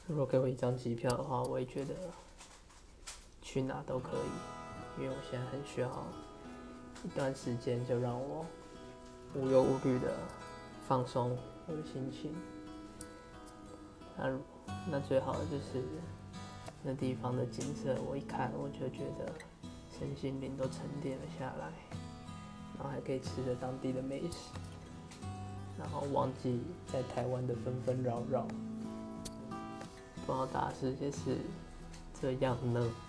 如果给我一张机票的话，我也觉得去哪都可以，因为我现在很需要一段时间，就让我无忧无虑的放松我的心情。那最好的就是那地方的景色，我一看我就觉得身心灵都沉淀了下来，然后还可以吃着当地的美食，然后忘记在台湾的纷纷扰扰。不知道大家是不是也是这样呢？